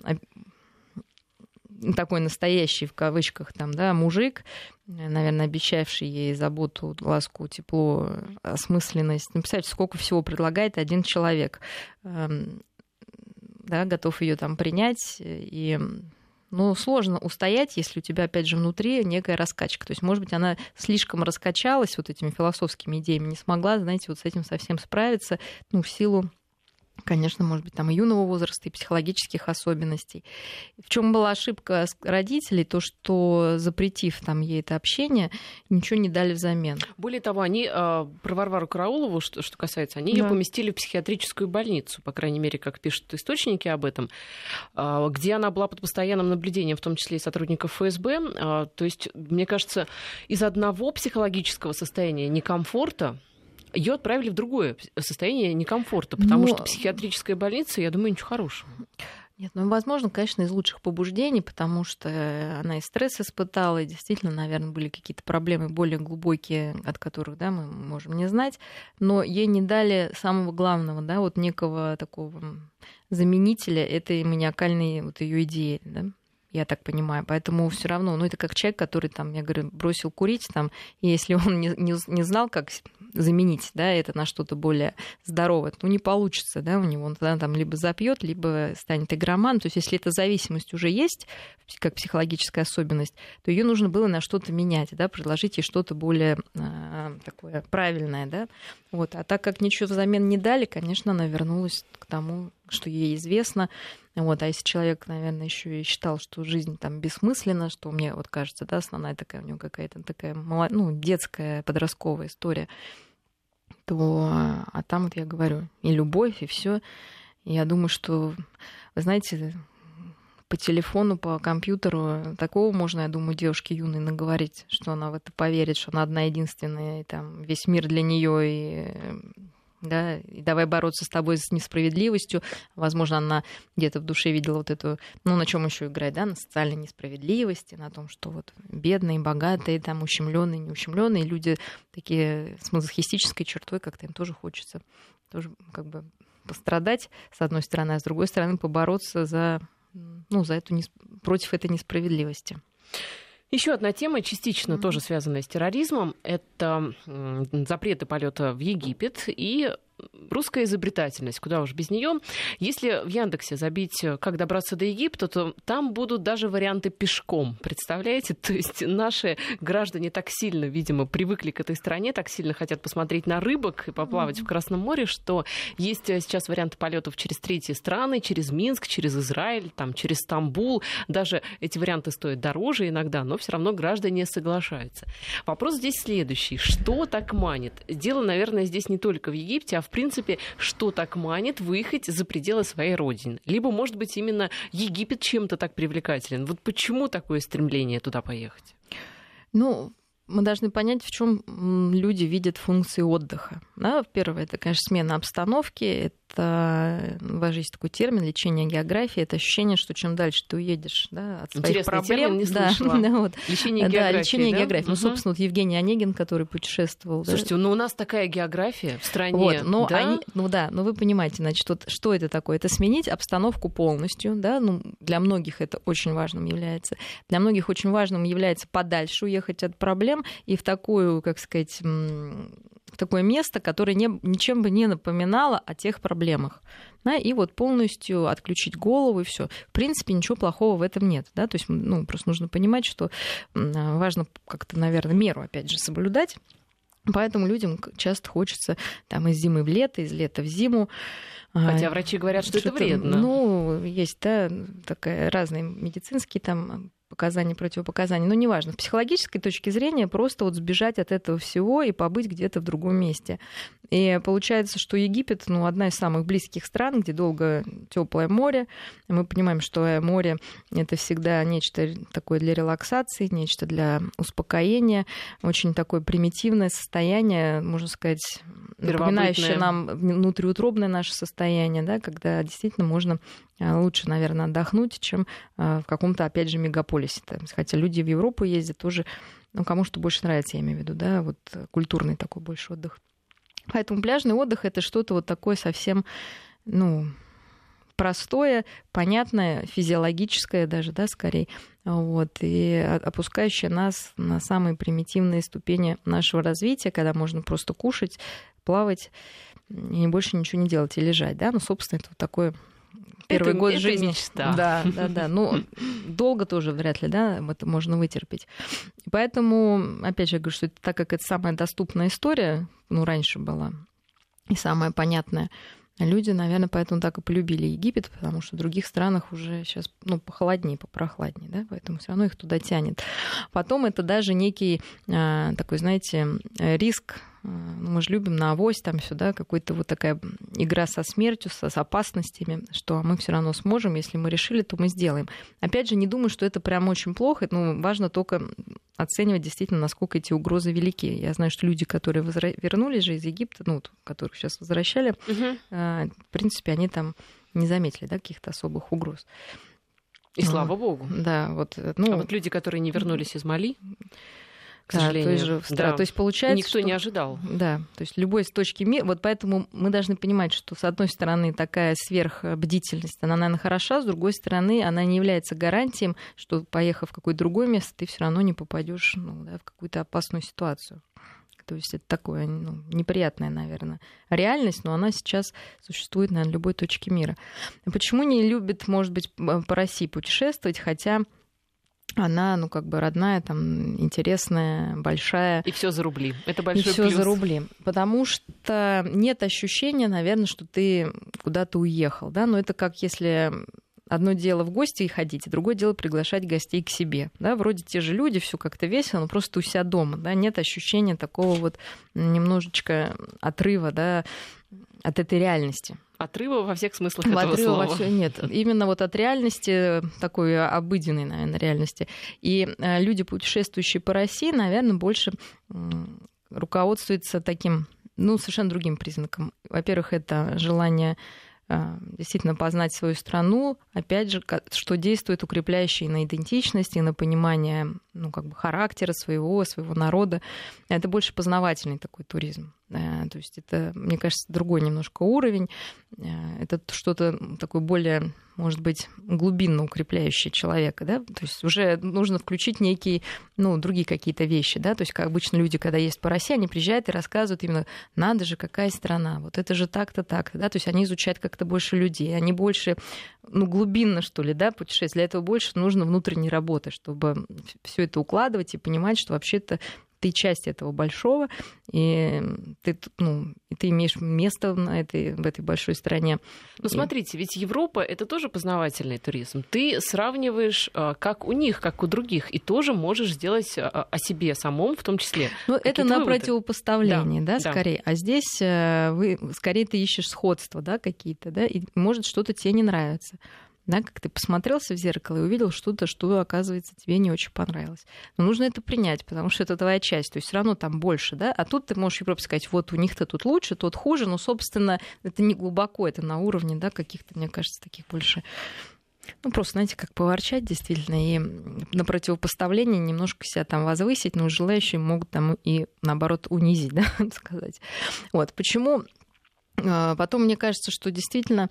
такой настоящий, в кавычках, там, да, мужик, наверное, обещавший ей заботу, ласку, тепло, осмысленность, ну, представьте, сколько всего предлагает один человек, да, готов ее там принять, и, ну, сложно устоять, если у тебя, опять же, внутри некая раскачка. То есть, может быть, она слишком раскачалась вот этими философскими идеями, не смогла, знаете, вот с этим совсем справиться, ну, в силу, конечно, может быть, там и юного возраста, и психологических особенностей. В чем была ошибка родителей, то, что, запретив там ей это общение, ничего не дали взамен. Более того, они, про Варвару Караулову, что, что касается, они да. ее поместили в психиатрическую больницу, по крайней мере, как пишут источники об этом, где она была под постоянным наблюдением, в том числе и сотрудников эф эс бэ. То есть, мне кажется, из одного психологического состояния некомфорта ее отправили в другое состояние некомфорта, потому Но... что психиатрическая больница, я думаю, ничего хорошего. Нет, ну, возможно, конечно, из лучших побуждений, потому что она и стресс испытала, и действительно, наверное, были какие-то проблемы более глубокие, от которых, да, мы можем не знать, но ей не дали самого главного, да, вот некого такого заменителя этой маниакальной вот ее идеи, да, я так понимаю. Поэтому все равно, ну, это как человек, который, там, я говорю, бросил курить, там, и если он не, не, не знал, как заменить, да, это на что-то более здоровое, то не получится, да, у него он тогда там либо запьет, либо станет игроман. То есть если эта зависимость уже есть, как психологическая особенность, то ее нужно было на что-то менять, да, предложить ей что-то более э, такое правильное, да. Вот. А так как ничего взамен не дали, конечно, она вернулась к тому, что ей известно. Вот. А если человек, наверное, еще и считал, что жизнь там бессмысленна, что мне вот кажется, да, основная такая у него какая-то такая ну, детская, подростковая история, то а там вот я говорю, и любовь, и все. Я думаю, что, вы знаете, по телефону, по компьютеру такого можно, я думаю, девушке юной наговорить, что она в это поверит, что она одна единственная, и там весь мир для нее и да, и давай бороться с тобой с несправедливостью. Возможно, она где-то в душе видела вот эту, ну, на чем еще играть, да, на социальной несправедливости, на том, что вот бедные, богатые, там, ущемленные, неущемленные люди такие с мазохистической чертой, как-то им тоже хочется тоже как бы пострадать, с одной стороны, а с другой стороны побороться за, ну, за эту, против этой несправедливости. Еще одна тема, частично mm-hmm. тоже связанная с терроризмом, это запреты полета в Египет и русская изобретательность, куда уж без нее. Если в Яндексе забить, как добраться до Египта, то там будут даже варианты пешком. Представляете? То есть наши граждане так сильно, видимо, привыкли к этой стране, так сильно хотят посмотреть на рыбок и поплавать mm-hmm. в Красном море, что есть сейчас варианты полетов через третьи страны, через Минск, через Израиль, там, через Стамбул. Даже эти варианты стоят дороже иногда, но все равно граждане соглашаются. Вопрос здесь следующий. Что так манит? Дело, наверное, здесь не только в Египте, а в принципе, что так манит выехать за пределы своей родины? Либо, может быть, именно Египет чем-то так привлекателен. Вот почему такое стремление туда поехать? Ну, мы должны понять, в чем люди видят функции отдыха. Да, первое, это, конечно, смена обстановки, это, у вас же есть такой термин лечение географии, это ощущение, что чем дальше ты уедешь, да, от своих Интересный проблем. Термин, не да, слышала. Да, вот. Лечение да, географии, лечение да? географии. Угу. Ну, собственно, вот Евгений Онегин, который путешествовал. Слушайте, да. ну у нас такая география в стране. Вот, но да? они, ну да, но вы понимаете, значит, вот, что это такое? Это сменить обстановку полностью, да, ну, для многих это очень важным является. Для многих очень важным является подальше уехать от проблем и в такую, как сказать, в такое место, которое не, ничем бы не напоминало о тех проблемах. Да, и вот полностью отключить голову и все. В принципе, ничего плохого в этом нет. Да? То есть, ну, просто нужно понимать, что важно как-то, наверное, меру, опять же, соблюдать. Поэтому людям часто хочется там, из зимы в лето, из лета в зиму. Хотя врачи говорят, что, что это вредно. Ну, есть, да, такая, разные медицинские там показания, противопоказания, но неважно. С психологической точки зрения просто вот сбежать от этого всего и побыть где-то в другом месте. И получается, что Египет, ну, одна из самых близких стран, где долго теплое море. Мы понимаем, что море — это всегда нечто такое для релаксации, нечто для успокоения, очень такое примитивное состояние, можно сказать, напоминающее нам внутриутробное наше состояние, да, когда действительно можно лучше, наверное, отдохнуть, чем в каком-то, опять же, мегаполисе. Хотя люди в Европу ездят тоже, ну, кому что больше нравится, я имею в виду, да, вот культурный такой больше отдых. Поэтому пляжный отдых — это что-то вот такое совсем, ну, простое, понятное, физиологическое даже, да, скорее, вот, и опускающее нас на самые примитивные ступени нашего развития, когда можно просто кушать, плавать и больше ничего не делать и лежать, да, ну, собственно, это вот такое... Первый это, год это жизни. Мечта. Да, да, да. Ну, долго тоже вряд ли, да, это можно вытерпеть. И поэтому, опять же, я говорю, что это, так как это самая доступная история, ну, раньше была, и самая понятная, люди, наверное, поэтому так и полюбили Египет, потому что в других странах уже сейчас, ну, похолоднее, попрохладнее, да, поэтому все равно их туда тянет. Потом это даже некий такой, знаете, риск. Мы же любим на авось там сюда какой-то вот такая игра со смертью, со, с опасностями, что мы все равно сможем, если мы решили, то мы сделаем. Опять же, не думаю, что это прям очень плохо, ну, важно только оценивать действительно, насколько эти угрозы велики. Я знаю, что люди, которые возра... вернулись же из Египта, ну, которых сейчас возвращали, uh-huh. в принципе, они там не заметили, да, каких-то особых угроз. И слава богу. Да, вот, ну, а вот люди, которые не вернулись из Мали, к да, сожалению, то есть, да, то есть получается, никто что, не ожидал. Да, то есть любой с точки мира, вот поэтому мы должны понимать, что с одной стороны такая сверхбдительность, она, наверное, хороша, с другой стороны, она не является гарантией, что, поехав в какое-то другое место, ты все равно не попадешь, ну, да, в какую-то опасную ситуацию. То есть это такое, ну, неприятная, наверное, реальность, но она сейчас существует на любой точке мира. Почему не любит, может быть, по России путешествовать, хотя она, ну, как бы родная, там, интересная, большая. И все за рубли. Это большой плюс. И все плюс. за рубли. Потому что нет ощущения, наверное, что ты куда-то уехал, да, но это как если одно дело в гости ходить, и другое дело приглашать гостей к себе, да, вроде те же люди, все как-то весело, но просто у себя дома, да, нет ощущения такого вот немножечко отрыва, да, от этой реальности. Отрыва во всех смыслах этого Отрыва слова. Во всё, нет, именно вот от реальности, такой обыденной, наверное, реальности. И люди, путешествующие по России, наверное, больше руководствуются таким, ну, совершенно другим признаком. Во-первых, это желание действительно познать свою страну, опять же, что действует укрепляющее на идентичность и на понимание, ну, как бы характера своего, своего народа. Это больше познавательный такой туризм. То есть это, мне кажется, другой немножко уровень. Это что-то такое более, может быть, глубинно укрепляющее человека, да? То есть уже нужно включить некие, ну, другие какие-то вещи, да? То есть, как обычно люди, когда ездят по России, они приезжают и рассказывают именно, надо же, какая страна, вот это же так-то, так-то, да? То есть они изучают как-то больше людей, они больше, ну, глубинно, что ли, да, путешествуют. Для этого больше нужно внутренней работы, чтобы все это укладывать и понимать, что вообще-то ты часть этого большого, и ты, ну, и ты имеешь место на этой, в этой большой стране. Ну, смотрите, ведь Европа — это тоже познавательный туризм. Ты сравниваешь, как у них, как у других, и тоже можешь сделать о себе самом в том числе. Ну, это на выводы? Противопоставление, да, да, скорее. Да. А здесь вы, скорее ты ищешь сходства, да, какие-то, да, и, может, что-то тебе не нравится. Да, как ты посмотрелся в зеркало и увидел что-то, что, оказывается, тебе не очень понравилось. Но нужно это принять, потому что это твоя часть, то есть все равно там больше, да, а тут ты можешь Европе сказать, вот у них-то тут лучше, тут хуже, но, собственно, это не глубоко, это на уровне, да, каких-то, мне кажется, таких больше, ну, просто, знаете, как поворчать действительно, и на противопоставление немножко себя там возвысить, но желающие могут там и, наоборот, унизить, да, сказать. Вот, почему... Потом, мне кажется, что действительно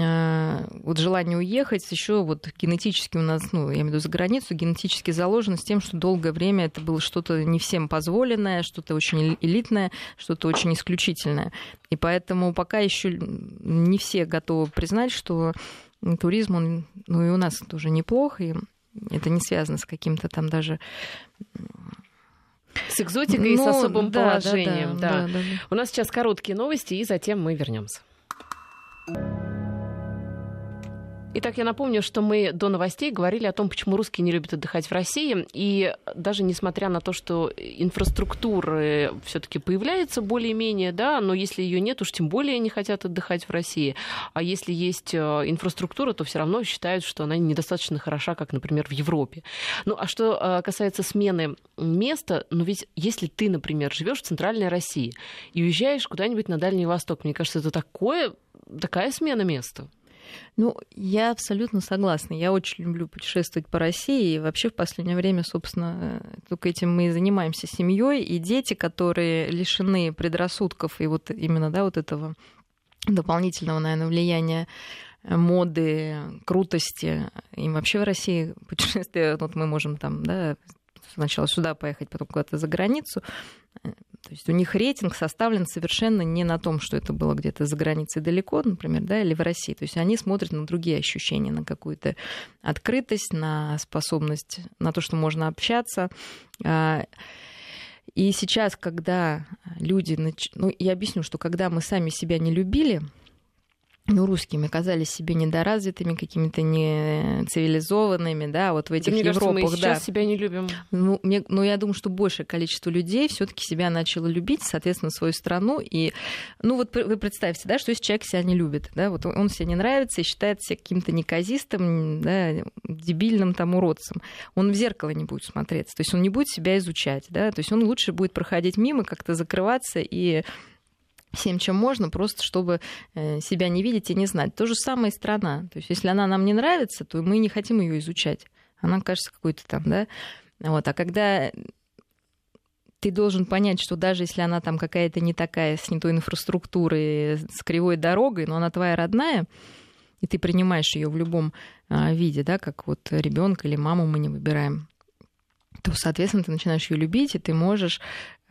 вот желание уехать еще вот генетически у нас, ну, я имею в виду за границу, генетически заложено с тем, что долгое время это было что-то не всем позволенное, что-то очень элитное, что-то очень исключительное. И поэтому пока еще не все готовы признать, что туризм, он, ну, и у нас тоже неплох, и это не связано с каким-то там даже... С экзотикой, ну, и с особым да, положением. Да, да, да. Да, да. У нас сейчас короткие новости, и затем мы вернемся. Итак, я напомню, что мы до новостей говорили о том, почему русские не любят отдыхать в России. И даже несмотря на то, что инфраструктура все-таки появляется более-менее, да, но если ее нет, уж тем более не хотят отдыхать в России. А если есть инфраструктура, то все равно считают, что она недостаточно хороша, как, например, в Европе. Ну, а что касается смены места, ну ведь если ты, например, живешь в центральной России и уезжаешь куда-нибудь на Дальний Восток, мне кажется, это такое, такая смена места. Ну, я абсолютно согласна. Я очень люблю путешествовать по России. И вообще в последнее время, собственно, только этим мы и занимаемся с семьей. И дети, которые лишены предрассудков и вот именно, да, вот этого дополнительного, наверное, влияния моды, крутости. Им вообще в России путешествия, вот мы можем там, да, сначала сюда поехать, потом куда-то за границу. То есть у них рейтинг составлен совершенно не на том, что это было где-то за границей далеко, например, да, или в России. То есть они смотрят на другие ощущения, на какую-то открытость, на способность, на то, что можно общаться. И сейчас, когда люди... Ну, я объясню, что когда мы сами себя не любили, ну, русскими казались себе недоразвитыми, какими-то нецивилизованными, да, вот в этих да, Европах. Мне кажется, мы сейчас да. себя не любим. Ну, мне, ну, я думаю, что большее количество людей все-таки себя начало любить, соответственно, свою страну. И, ну, вот вы представьте, да, что если человек себя не любит, да, вот он себе не нравится и считает себя каким-то неказистым, да, дебильным там уродцем, он в зеркало не будет смотреться, то есть он не будет себя изучать, да, то есть он лучше будет проходить мимо, как-то закрываться и всем, чем можно, просто чтобы себя не видеть и не знать. То же самое и страна. То есть если она нам не нравится, то мы не хотим ее изучать. Она кажется какой-то там, да. Вот. А когда ты должен понять, что даже если она там какая-то не такая, с не той инфраструктурой, с кривой дорогой, но она твоя родная, и ты принимаешь ее в любом виде, да, как вот ребенка или маму мы не выбираем, то, соответственно, ты начинаешь ее любить, и ты можешь...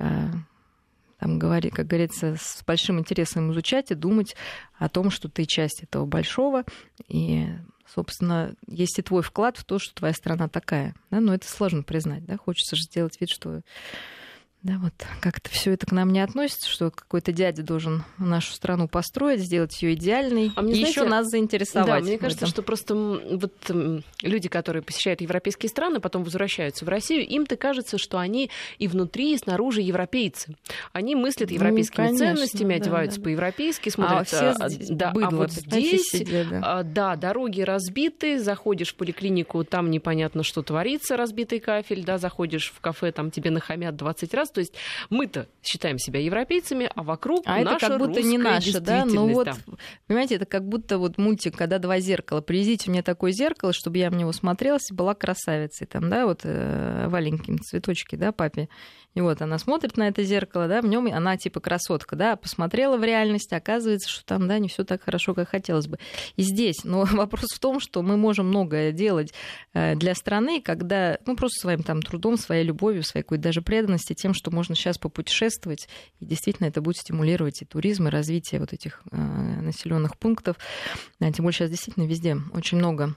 Там, говори, как говорится, с большим интересом изучать и думать о том, что ты часть этого большого. И, собственно, есть и твой вклад в то, что твоя страна такая. Да? Но это сложно признать. Да? Хочется же сделать вид, что да, вот как-то все это к нам не относится, что какой-то дядя должен нашу страну построить, сделать ее идеальной, а мне, и еще нас заинтересовать. Да, мне кажется, что просто вот люди, которые посещают европейские страны, потом возвращаются в Россию, им-то кажется, что они и внутри, и снаружи европейцы. Они мыслят европейскими ну, конечно, ценностями, да, одеваются да, по-европейски, смотрят. А, все здесь да, а вот здесь, сидят, да. да, дороги разбиты, заходишь в поликлинику, там непонятно, что творится, разбитый кафель, да, заходишь в кафе, там тебе нахамят двадцать раз. То есть мы-то считаем себя европейцами, а вокруг а наша это как будто не наше, да? Ну вот, да. Понимаете, это как будто вот мультик, когда два зеркала. Привезите мне такое зеркало, чтобы я в него смотрелась и была красавицей. Там, да, вот э, валенькие цветочки, да, папе. И вот она смотрит на это зеркало, да, в нем она типа красотка, да, посмотрела в реальность, оказывается, что там, да, не все так хорошо, как хотелось бы. И здесь, но вопрос в том, что мы можем многое делать для страны, когда, ну, просто своим там трудом, своей любовью, своей какой-то даже преданности тем, что можно сейчас попутешествовать, и действительно это будет стимулировать и туризм, и развитие вот этих э, населенных пунктов. Да, тем более сейчас действительно везде очень много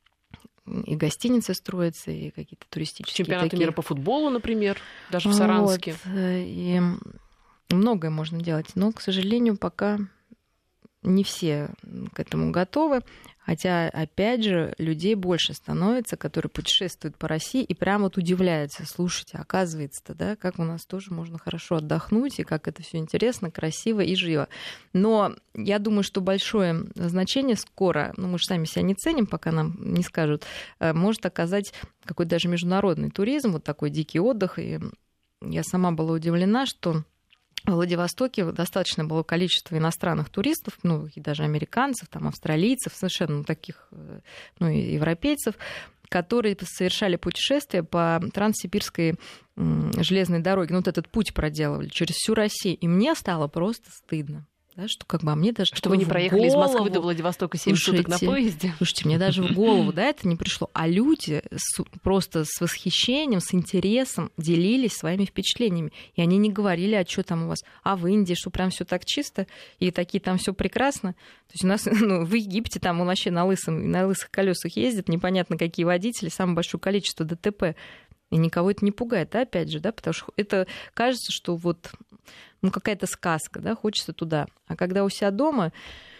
и гостиницы строятся, и какие-то туристические чемпионаты такие... мира по футболу, например, даже в Саранске. Вот, и многое можно делать, но, к сожалению, пока не все к этому готовы. Хотя, опять же, людей больше становится, которые путешествуют по России и прямо вот удивляются. Слушайте, оказывается-то, да, как у нас тоже можно хорошо отдохнуть, и как это все интересно, красиво и живо. Но я думаю, что большое значение скоро, ну мы же сами себя не ценим, пока нам не скажут, может оказать какой-то даже международный туризм, вот такой дикий отдых. И я сама была удивлена, что в Владивостоке достаточно было количество иностранных туристов, ну, и даже американцев, там, австралийцев, совершенно таких, ну, и европейцев, которые совершали путешествия по Транссибирской железной дороге. Ну, вот этот путь проделывали через всю Россию. И мне стало просто стыдно. Да, что как бы, а мне даже что вы не проехали голову... из Москвы до Владивостока семь суток на поезде. Слушайте, мне даже в голову, да, это не пришло. А люди с, просто с восхищением, с интересом делились своими впечатлениями. И они не говорили, а что там у вас, а в Индии, что прям все так чисто, и такие там все прекрасно. То есть у нас ну, в Египте там он вообще на, лысом, на лысых колесах ездит, непонятно какие водители, самое большое количество ДТП. И никого это не пугает, да, опять же, да, потому что это кажется, что вот ну, какая-то сказка, да, хочется туда. А когда у себя дома,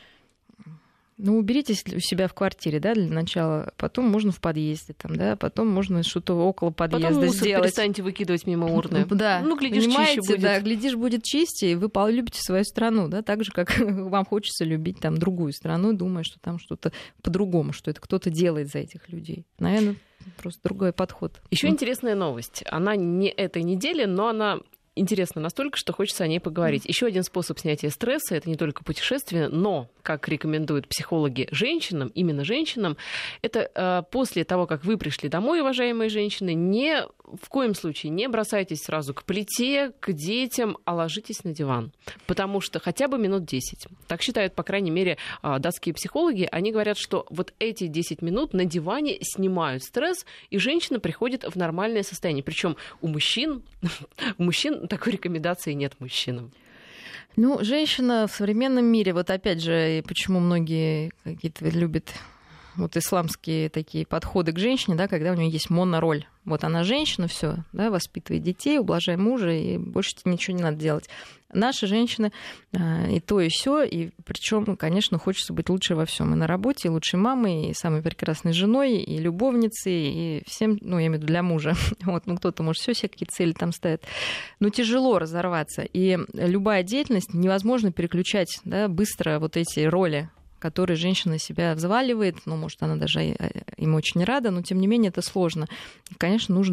ну, уберитесь у себя в квартире, да, для начала, потом можно в подъезде, там, да, потом можно что-то около подъезда потом мусор сделать. Перестаньте выкидывать мимо урны. Да, ну, глядишь, чище будет. Да, глядишь, будет чище, и вы полюбите свою страну, да, так же, как вам хочется любить там другую страну, думая, что там что-то по-другому, что это кто-то делает за этих людей. Наверное, просто другой подход. Еще интересная новость. Она не этой недели, но она интересна настолько, что хочется о ней поговорить. Еще один способ снятия стресса — это не только путешествие, но, как рекомендуют психологи женщинам, именно женщинам, это э, после того, как вы пришли домой, уважаемые женщины, не в коем случае не бросайтесь сразу к плите, к детям, а ложитесь на диван. Потому что хотя бы минут десять. Так считают, по крайней мере, э, датские психологи. Они говорят, что вот эти десять минут на диване снимают стресс, и женщина приходит в нормальное состояние. Причем у мужчин, у мужчин такой рекомендации нет мужчинам. Ну, женщина в современном мире, вот опять же, почему многие какие-то любят вот исламские такие подходы к женщине, да, когда у нее есть монороль. Вот она женщина, все, да, воспитывает детей, ублажает мужа, и больше ничего не надо делать. Наши женщины э, и то, и все, и причем, конечно, хочется быть лучше во всем. И на работе, и лучшей мамой, и самой прекрасной женой, и любовницей, и всем, ну, я имею в виду для мужа. Вот, ну, кто-то, может, все себе какие-то цели там ставит. Но тяжело разорваться. И любая деятельность невозможно переключать, да, быстро вот эти роли, которые женщина себя взваливает. Ну, может, она даже им очень рада, но, тем не менее, это сложно. И, конечно, нужен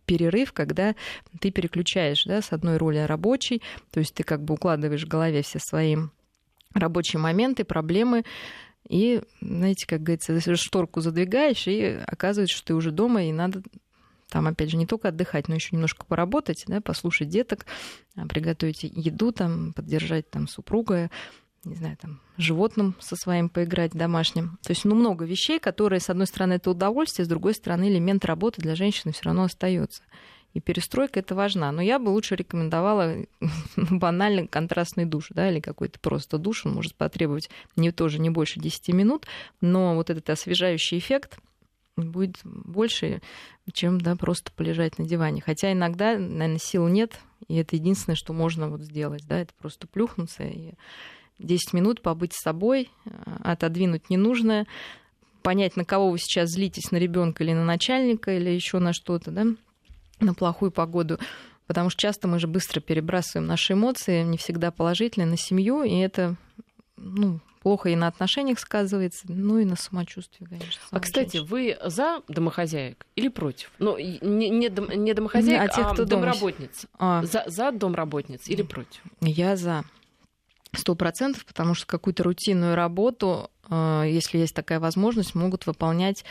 перерыв, когда ты переключаешь, да, с одной роли рабочей, то есть ты как бы укладываешь в голове все свои рабочие моменты, проблемы, и, знаете, как говорится, шторку задвигаешь, и оказывается, что ты уже дома, и надо там, опять же, не только отдыхать, но еще немножко поработать, да, послушать деток, приготовить еду, там, поддержать там, супруга, не знаю, там, животным со своим поиграть домашним. То есть, ну, много вещей, которые, с одной стороны, это удовольствие, с другой стороны, элемент работы для женщины все равно остается. И перестройка это важна. Но я бы лучше рекомендовала банальный контрастный душ, да, или какой-то просто душ. Он может потребовать не тоже не больше десяти минут, но вот этот освежающий эффект будет больше, чем, да, просто полежать на диване. Хотя иногда, наверное, сил нет, и это единственное, что можно вот сделать, да, это просто плюхнуться и десять минут побыть с собой, отодвинуть ненужное, понять, на кого вы сейчас злитесь, на ребенка или на начальника, или еще на что-то, да, на плохую погоду. Потому что часто мы же быстро перебрасываем наши эмоции, не всегда положительные, на семью, и это, ну, плохо и на отношениях сказывается, ну и на самочувствии, конечно. А, кстати, женщины. Вы за домохозяек или против? Ну, не, не, дом, не домохозяек, а, тех, а домработниц. А. За, за домработниц или против? Я за. Сто процентов, потому что какую-то рутинную работу, если есть такая возможность, могут выполнять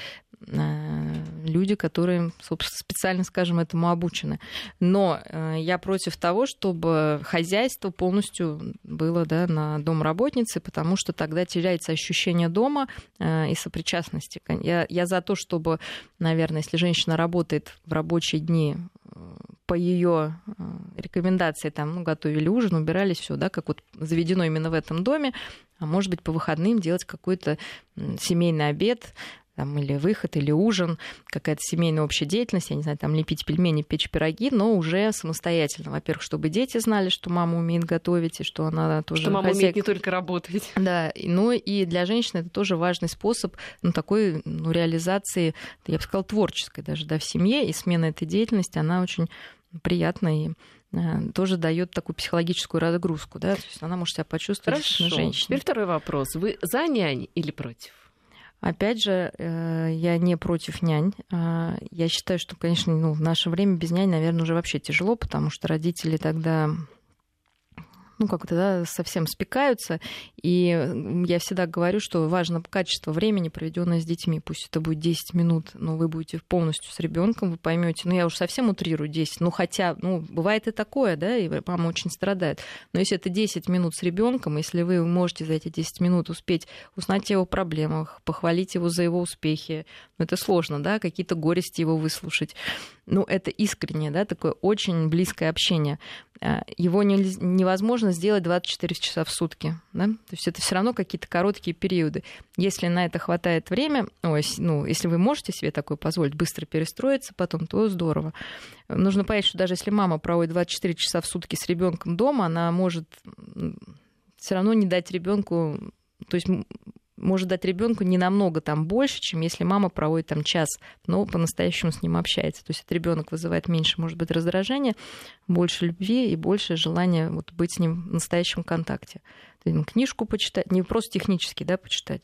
люди, которые, собственно, специально, скажем, этому обучены. Но я против того, чтобы хозяйство полностью было, да, на домработнице, потому что тогда теряется ощущение дома и сопричастности. Я, я за то, чтобы, наверное, если женщина работает в рабочие дни, по ее рекомендации, там, ну, готовили ужин, убирались, все, да, как вот заведено именно в этом доме, а может быть, по выходным делать какой-то семейный обед, там, или выход, или ужин, какая-то семейная общая деятельность, я не знаю, там, лепить пельмени, печь пироги, но уже самостоятельно. Во-первых, чтобы дети знали, что мама умеет готовить, и что она тоже Что мама хозяйка. умеет не только работать. Да, ну и для женщины это тоже важный способ, ну, такой, ну, реализации, я бы сказала, творческой даже, да, в семье, и смена этой деятельности, она очень приятная и тоже дает такую психологическую разгрузку, да, то есть она может себя почувствовать женщиной. Теперь второй вопрос. Вы за нянь или против? Опять же, я не против нянь. Я считаю, что, конечно, ну, в наше время без нянь, наверное, уже вообще тяжело, потому что родители тогда, ну, как-то, да, совсем спекаются. И я всегда говорю, что важно качество времени, проведенное с детьми. Пусть это будет десять минут, но вы будете полностью с ребенком, вы поймете. Ну, я уж совсем утрирую десять, ну, хотя, ну, бывает и такое, да, и мама очень страдает. Но если это десять минут с ребенком, если вы можете за эти десять минут успеть узнать о его проблемах, похвалить его за его успехи, ну, это сложно, да, какие-то горести его выслушать. Ну, это искреннее, да, такое очень близкое общение. Его невозможно сделать двадцать четыре часа в сутки, да? То есть это все равно какие-то короткие периоды. Если на это хватает время, ой, ну, если вы можете себе такое позволить, быстро перестроиться потом, то здорово. Нужно понять, что даже если мама проводит двадцать четыре часа в сутки с ребенком дома, она может все равно не дать ребенку, то есть может дать ребенку не намного там больше, чем если мама проводит там час, но по-настоящему с ним общается. То есть этот ребенок вызывает меньше, может быть, раздражения, больше любви и больше желания вот быть с ним в настоящем контакте. Книжку почитать, не просто технически, да, почитать,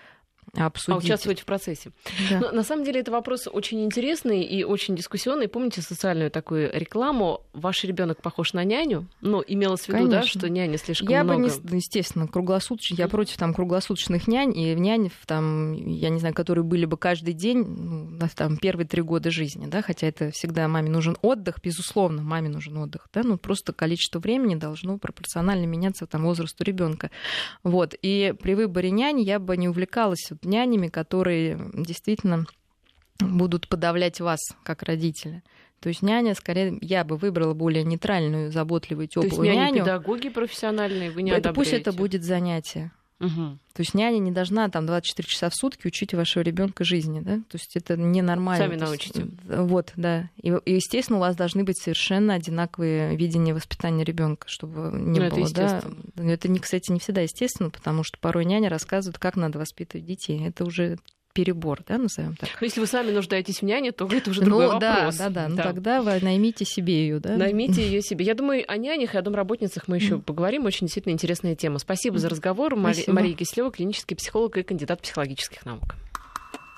а обсудить. А участвовать в процессе. Да. Но, на самом деле это вопрос очень интересный и очень дискуссионный. Помните социальную такую рекламу «Ваш ребенок похож на няню»? Ну, имелось в виду, Конечно. Да, что няня слишком я много... Я бы, не, естественно, круглосуточно, я против там круглосуточных нянь, и нянь, там, я не знаю, которые были бы каждый день, ну, там, первые три года жизни, да, хотя это всегда маме нужен отдых, безусловно, маме нужен отдых, да, но просто количество времени должно пропорционально меняться там, возрасту ребенка. Вот, и при выборе няни я бы не увлекалась нянями, которые действительно будут подавлять вас как родителя. То есть няня, скорее, я бы выбрала более нейтральную, заботливую, теплую няню. То есть няни педагоги профессиональные, вы не это, одобряете? Пусть это будет занятие. Угу. То есть няня не должна там двадцать четыре часа в сутки учить вашего ребенка жизни, да? То есть это ненормально. Сами научите. Вот, да. И, и, естественно, у вас должны быть совершенно одинаковые видения воспитания ребенка, чтобы не ну, было, это да. Это, кстати, не всегда естественно, потому что порой няня рассказывает, как надо воспитывать детей. Это уже перебор, да, назовем так. Если вы сами нуждаетесь в няне, то это уже другой ну, вопрос. Да, да, да. Ну тогда вы наймите себе ее, да. Наймите ее себе. Я думаю, о нянях и о домработницах мы еще mm. поговорим. Очень действительно интересная тема. Спасибо mm. за разговор. Спасибо. Мария Киселева, клинический психолог и кандидат психологических наук.